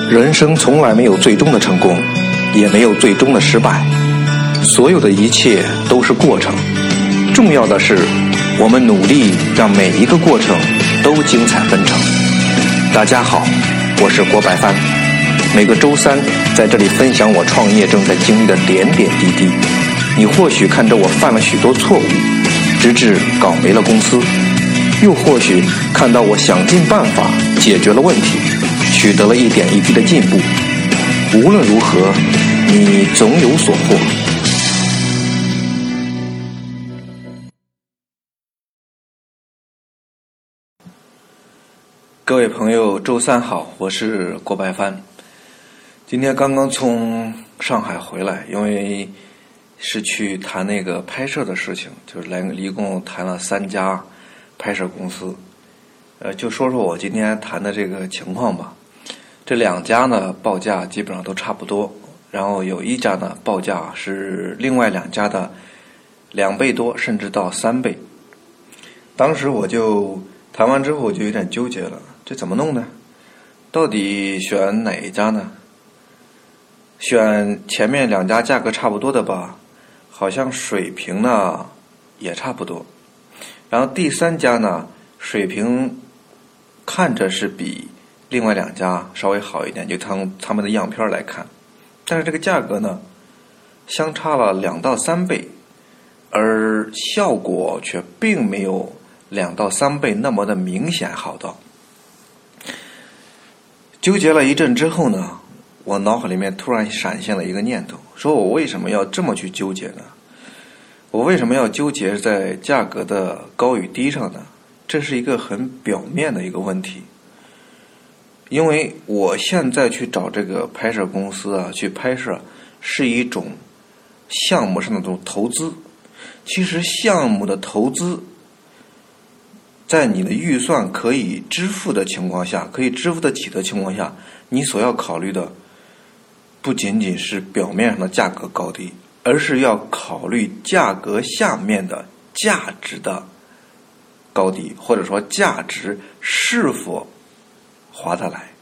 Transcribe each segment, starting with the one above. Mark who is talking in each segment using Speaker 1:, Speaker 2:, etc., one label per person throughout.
Speaker 1: 人生从来没有最终的成功，也没有最终的失败，所有的一切都是过程。重要的是，我们努力让每一个过程都精彩纷呈。大家好，我是郭白帆，每个周三在这里分享我创业正在经历的点点滴滴。你或许看着我犯了许多错误，直至搞没了公司，又或许看到我想尽办法解决了问题，取得了一点一滴的进步。无论如何，你总有所获。各位朋友，周三好，我是郭白帆。今天刚刚从上海回来，因为是去谈那个拍摄的事情，就是一共谈了3家拍摄公司。就说说我今天谈的这个情况吧。这2家呢报价基本上都差不多，然后有一家呢报价是另外2家的2倍多，甚至到3倍。当时我就谈完之后我就有点纠结了，这怎么弄呢？到底选哪一家呢？选前面2家价格差不多的吧，好像水平呢也差不多。然后第3家呢水平看着是比另外2家稍微好一点，就他们的样片来看，但是这个价格呢相差了2到3倍，而效果却并没有2到3倍那么的明显好到。纠结了一阵之后呢，我脑海里面突然闪现了一个念头，说我为什么要这么去纠结呢？我为什么要纠结在价格的高与低上呢？这是一个很表面的一个问题。因为我现在去找这个拍摄公司啊，去拍摄是一种项目上的这种投资。其实项目的投资，在你的预算可以支付的情况下，可以支付得起的情况下，你所要考虑的不仅仅是表面上的价格高低，而是要考虑价格下面的价值的高低，或者说价值是否划得来。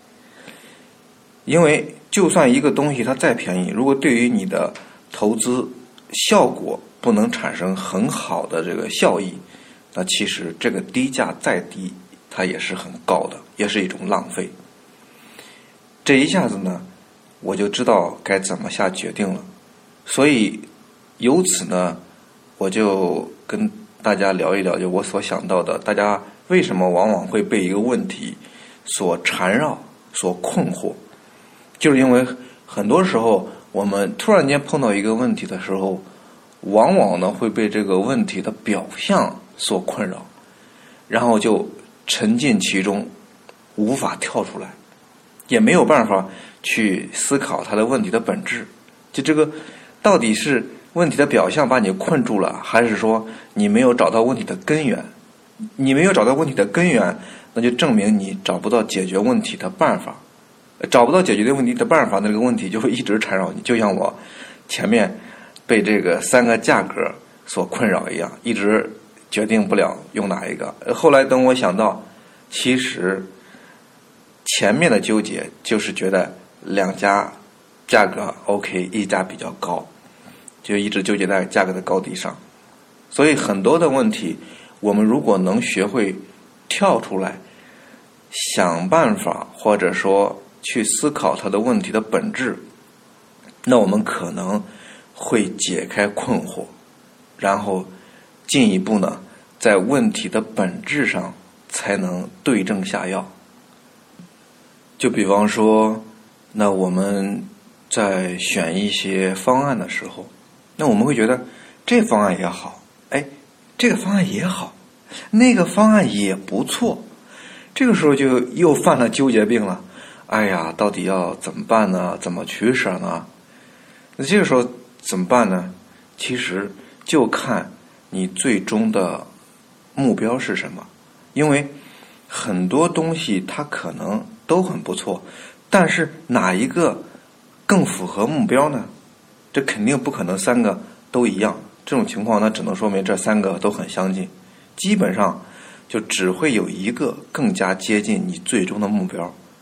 Speaker 1: 因为就算一个东西它再便宜，如果对于你的投资效果不能产生很好的这个效益，那其实这个低价再低它也是很高的，也是一种浪费。这一下子呢我就知道该怎么下决定了。所以由此呢我就跟大家聊一聊，就我所想到的，大家为什么往往会被一个问题所缠绕、所困惑，就是因为很多时候我们突然间碰到一个问题的时候，往往呢会被这个问题的表象所困扰，然后就沉浸其中，无法跳出来，也没有办法去思考它的问题的本质。就这个到底是问题的表象把你困住了，还是说你没有找到问题的根源？你没有找到问题的根源，那就证明你找不到解决问题的办法。找不到解决问题的办法，那这个问题就会一直缠绕你，就像我前面被这个3个价格所困扰一样，一直决定不了用哪一个。后来等我想到，其实前面的纠结就是觉得2家价格 OK， 一家比较高，就一直纠结在价格的高低上。所以很多的问题，我们如果能学会跳出来想办法，或者说去思考它的问题的本质，那我们可能会解开困惑，然后进一步呢在问题的本质上才能对症下药。就比方说，那我们在选一些方案的时候，那我们会觉得这方案也好，这个方案也好，那个方案也不错，这个时候就又犯了纠结病了。到底要怎么办呢？怎么取舍呢？那这个时候怎么办呢？其实就看你最终的目标是什么。因为很多东西它可能都很不错，但是哪一个更符合目标呢？这肯定不可能3个都一样。这种情况呢，只能说明这3个都很相近，基本上就只会有一个更加接近你最终的目标。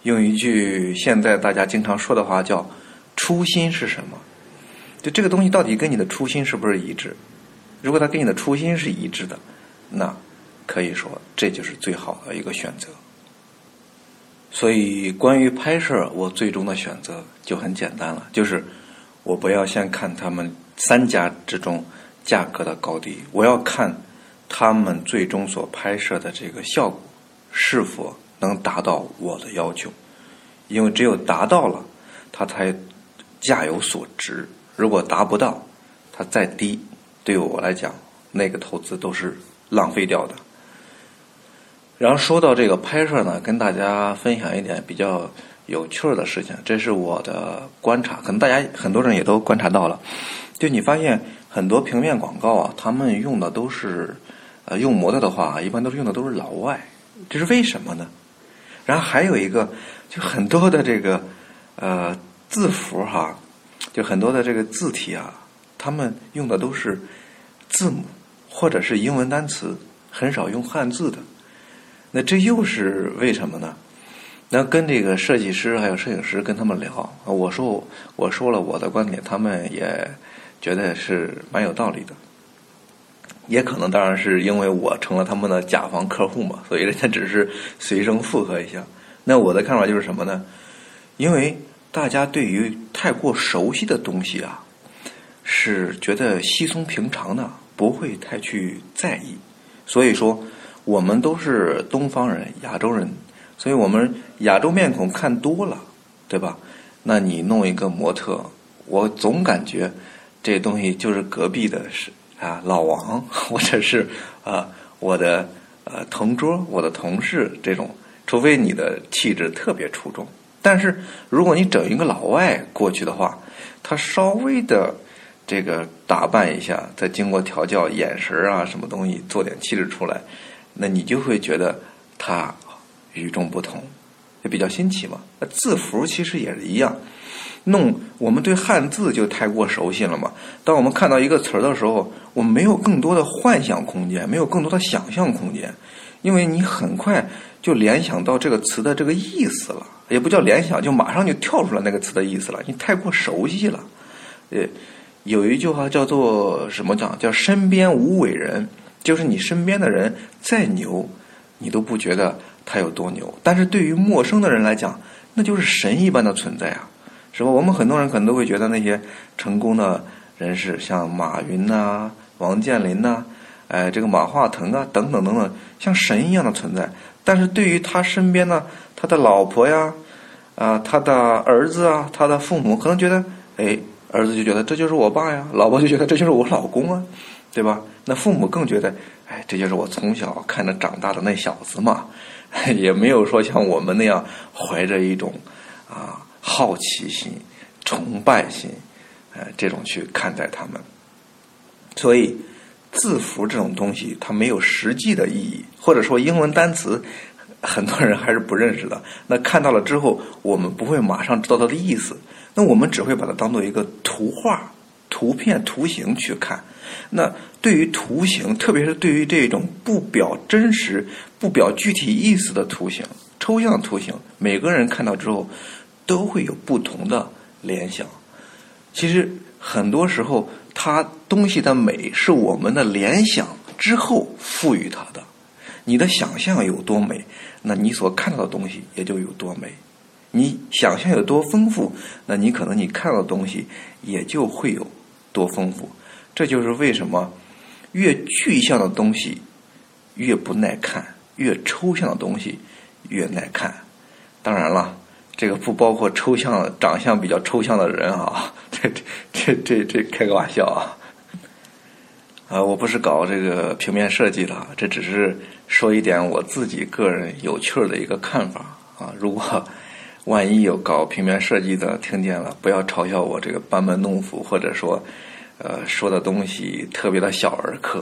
Speaker 1: 用一句现在大家经常说的话叫初心是什么？就这个东西到底跟你的初心是不是一致？如果它跟你的初心是一致的，那可以说这就是最好的一个选择。所以关于拍摄，我最终的选择就很简单了，就是我不要先看他们3家之中价格的高低，我要看他们最终所拍摄的这个效果是否能达到我的要求，因为只有达到了，它才价有所值。如果达不到，它再低，对我来讲，那个投资都是浪费掉的。然后说到这个拍摄呢，跟大家分享一点比较有趣的事情，这是我的观察，可能大家很多人也都观察到了。就你发现很多平面广告啊，他们用的都是用模特的话，一般都是用的都是老外，这是为什么呢？然后还有一个，就很多的这个字符哈，就很多的这个字体啊，他们用的都是字母或者是英文单词，很少用汉字的。那这又是为什么呢？那跟这个设计师还有摄影师跟他们聊，我说了我的观点，他们也觉得是蛮有道理的。也可能当然是因为我成了他们的甲方客户嘛，所以人家只是随声附和一下。那我的看法就是什么呢？因为大家对于太过熟悉的东西啊，是觉得稀松平常的，不会太去在意。所以说我们都是东方人，亚洲人，所以我们亚洲面孔看多了，对吧？那你弄一个模特，我总感觉这东西就是隔壁的是老王，或者是我的同桌、我的同事这种，除非你的气质特别出众。但是如果你整一个老外过去的话，他稍微的这个打扮一下，再经过调教，眼神啊什么东西做点气质出来，那你就会觉得他与众不同，也比较新奇嘛。那字符其实也是一样，我们对汉字就太过熟悉了嘛。当我们看到一个词儿的时候，我们没有更多的幻想空间，没有更多的想象空间，因为你很快就联想到这个词的这个意思了，也不叫联想，就马上就跳出来那个词的意思了，你太过熟悉了。有一句话叫做什么讲？叫身边无伟人，就是你身边的人再牛，你都不觉得他有多牛，但是对于陌生的人来讲，那就是神一般的存在啊，是吧？我们很多人可能都会觉得那些成功的人士，像马云啊、王健林啊、这个马化腾啊等等等等，像神一样的存在。但是对于他身边呢，他的老婆呀、他的儿子啊、他的父母，可能觉得，儿子就觉得这就是我爸呀，老婆就觉得这就是我老公啊，对吧？那父母更觉得，这就是我从小看着长大的那小子嘛，也没有说像我们那样怀着一种好奇心、崇拜心，这种去看待他们。所以字符这种东西它没有实际的意义，或者说英文单词很多人还是不认识的，那看到了之后我们不会马上知道它的意思，那我们只会把它当做一个图画、图片、图形去看。那对于图形，特别是对于这种不表真实、不表具体意思的图形、抽象图形，每个人看到之后都会有不同的联想。其实很多时候它东西的美是我们的联想之后赋予它的，你的想象有多美，那你所看到的东西也就有多美。你想象有多丰富，那你可能你看到的东西也就会有多丰富。这就是为什么越具象的东西越不耐看，越抽象的东西越耐看。当然了，这个不包括长相比较抽象的人啊，这开个玩笑啊。我不是搞这个平面设计的，这只是说一点我自己个人有趣的一个看法啊。如果万一有搞平面设计的听见了，不要嘲笑我这个班门弄斧，或者说说的东西特别的小儿科。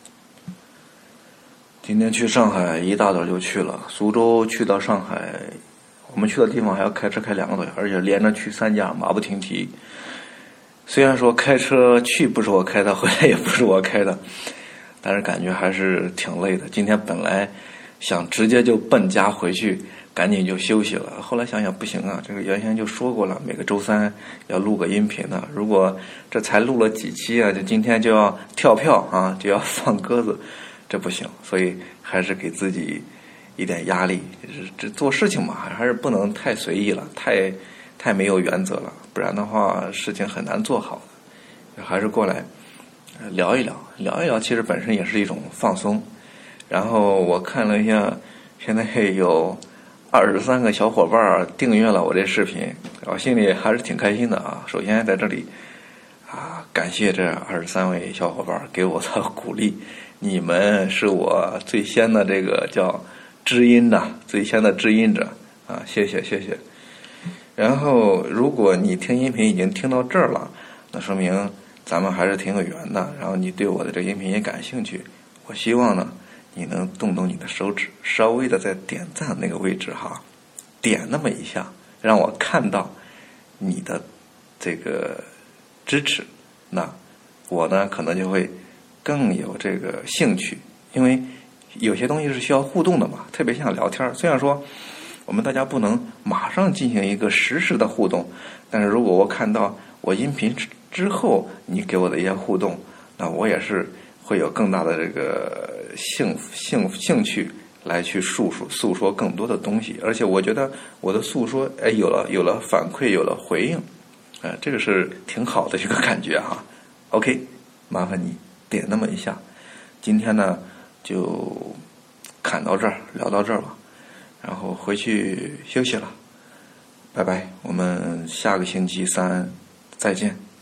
Speaker 1: 今天去上海一大早就去了，苏州去到上海，我们去的地方还要开车开2个多小时，而且连着去3家，马不停蹄。虽然说开车去不是我开的，回来也不是我开的，但是感觉还是挺累的。今天本来想直接就奔家回去赶紧就休息了。后来想想不行啊，这个原先就说过了，每个周三要录个音频的。如果这才录了几期啊，就今天就要跳票啊，就要放鸽子，这不行。所以还是给自己一点压力，这做事情嘛，还是不能太随意了，太没有原则了，不然的话事情很难做好的。还是过来聊一聊，其实本身也是一种放松。然后我看了一下，现在有23个小伙伴订阅了我这视频，我心里还是挺开心的啊。首先在这里感谢这23位小伙伴给我的鼓励，你们是我最先的这个叫知音的，最先的知音者啊，谢谢。然后如果你听音频已经听到这儿了，那说明咱们还是挺有缘的，然后你对我的这个音频也感兴趣，我希望呢你能动动你的手指，稍微的在点赞那个位置点那么一下，让我看到你的这个支持，那我呢可能就会更有这个兴趣，因为有些东西是需要互动的嘛，特别像聊天。虽然说我们大家不能马上进行一个实时的互动，但是如果我看到我音频之后你给我的一些互动，那我也是会有更大的这个兴趣来去诉说更多的东西。而且我觉得我的诉说有了反馈，有了回应，这个是挺好的一个感觉哈。OK， 麻烦你点那么一下。今天呢就侃到这儿，聊到这儿吧，然后回去休息了，拜拜，我们下个星期三再见。